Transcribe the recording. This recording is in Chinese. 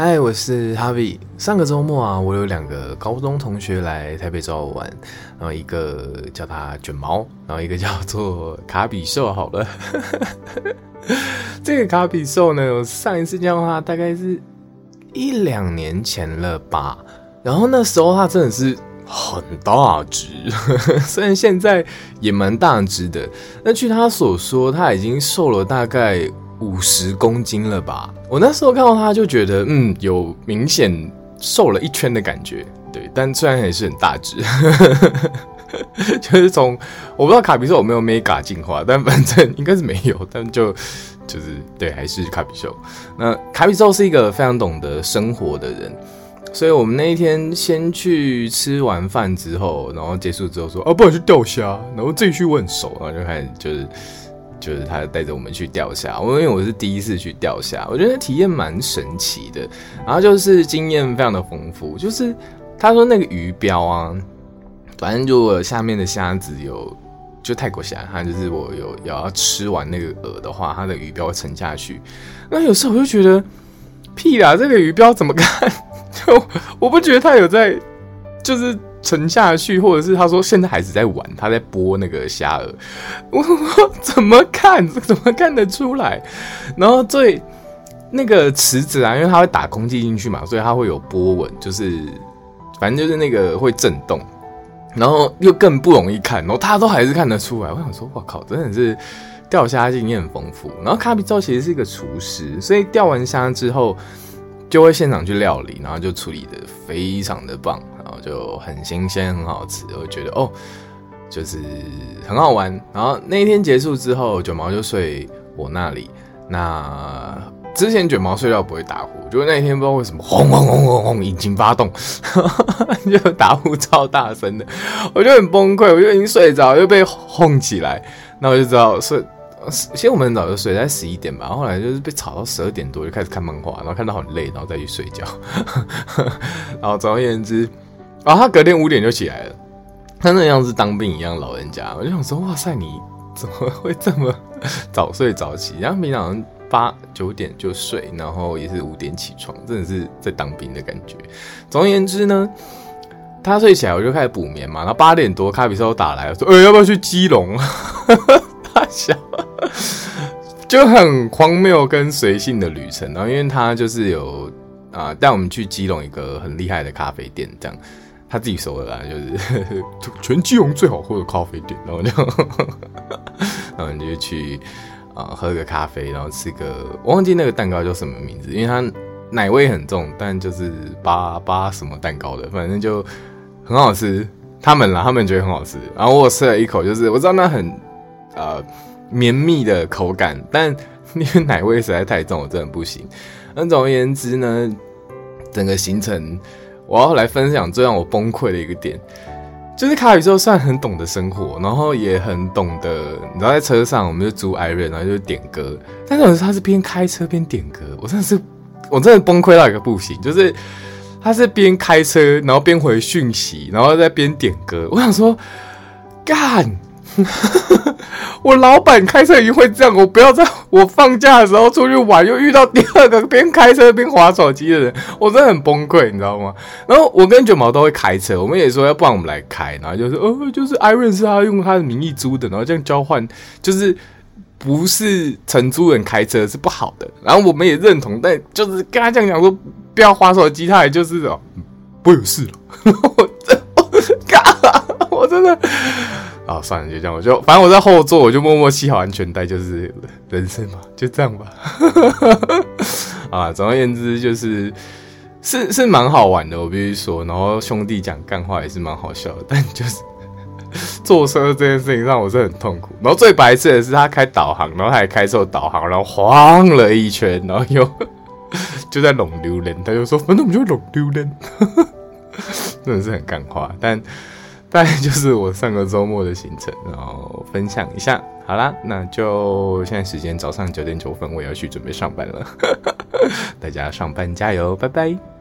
嗨，我是 Harvey。上个周末啊，我有2个高中同学来台北找我玩，然后一个叫他卷毛，然后一个叫做卡比兽。好了，这个卡比兽呢，我上一次见到他大概是1-2年前了吧。然后那时候他真的是很大只，虽然现在也蛮大只的。那据他所说，他已经瘦了大概50公斤了吧。我那时候看到他就觉得有明显瘦了1圈的感觉，对，但虽然还是很大只。就是我不知道卡比兽有没有 mega 进化，但反正应该是没有，但就是对，还是卡比兽。那卡比兽是一个非常懂得生活的人，所以我们那一天先去吃完饭之后，然后结束之后说不然去钓虾，然后这一区我很熟，然后就开始就是他带着我们去钓虾，因为我是第一次去钓虾，我觉得体验蛮神奇的，然后就是经验非常的丰富。就是他说那个鱼标啊，反正如果下面的虾子就泰国虾，它就是我要吃完那个饵的话，它的鱼标会沉下去。那有时候我就觉得屁啦，这个鱼标怎么看？我不觉得他有在就是沉下去，或者是他说现在孩子在玩，他在剥那个虾饵，我怎么看得出来？然后那个池子啊，因为它会打空气进去嘛，所以它会有波纹，就是反正就是那个会震动，然后又更不容易看，然后他都还是看得出来。我想说，哇靠，真的是钓虾经验很丰富。然后卡比兽其实是一个厨师，所以钓完虾之后就会现场去料理，然后就处理的非常的棒，然后就很新鲜很好吃，我觉得就是很好玩。然后那一天结束之后，卷毛就睡我那里。那之前卷毛睡觉不会打呼，就那一天不知道为什么轰轰轰轰轰引擎发动，就打呼超大声的，我就很崩溃，我就已经睡着又被轰起来，那我就知道睡。其实我们很早就睡，在11点吧，后来就是被吵到12点多就开始看漫画，然后看到很累，然后再去睡觉。然后总而言之，他隔天5点就起来了，他那样是当兵一样老人家，我就想说，哇塞，你怎么会这么早睡早起？然后平常8、9点就睡，然后也是5点起床，真的是在当兵的感觉。总而言之呢，他睡起来我就开始补眠嘛，然后8点多卡比兽打来，我说要不要去基隆？他笑，就很荒谬跟随性的旅程。然后因为他就是有带我们去基隆一个很厉害的咖啡店，这样他自己说的啦，就是全基隆最好喝的咖啡店。然后然后你就去喝个咖啡，然后吃个我忘记那个蛋糕叫什么名字，因为它奶味很重，但就是八什么蛋糕的，反正就很好吃。他们觉得很好吃，然后我吃了一口，就是我知道那很绵密的口感，但因为奶味实在太重，我真的不行。那总而言之呢，整个行程我要来分享最让我崩溃的一个点，就是卡比兽虽然很懂得生活，然后也很懂得，你知道在车上我们就租 Iron， 然后就点歌，但是他是边开车边点歌，我真的崩溃到一个不行，就是他是边开车然后边回讯息，然后再边点歌，我想说干。我老板开车已经会这样，我不要在我放假的时候出去玩又遇到第2个边开车边滑手机的人，我真的很崩溃，你知道吗？然后我跟卷毛都会开车，我们也说要不然我们来开，然后就说就是 Iron 是他用他的名义租的，然后这样交换就是不是承租人开车是不好的，然后我们也认同，但就是跟他这样讲说不要滑手机，他也就是不会有事了。我真的。算了，就这样，反正我在后座，我就默默系好安全带，就是人生嘛，就这样吧。总而言之，是蛮好玩的，我必须说。然后兄弟讲干话也是蛮好笑的，但就是坐车这件事情让我是很痛苦。然后最白痴的是他开导航，然后他还开错导航，然后晃了一圈，然后又就在弄榴莲，他就说反正我们就弄榴莲，真的是很干话，但。大概就是我上个周末的行程，然后分享一下。好啦，那就现在时间早上9点9分，我要去准备上班了。大家上班加油，拜拜。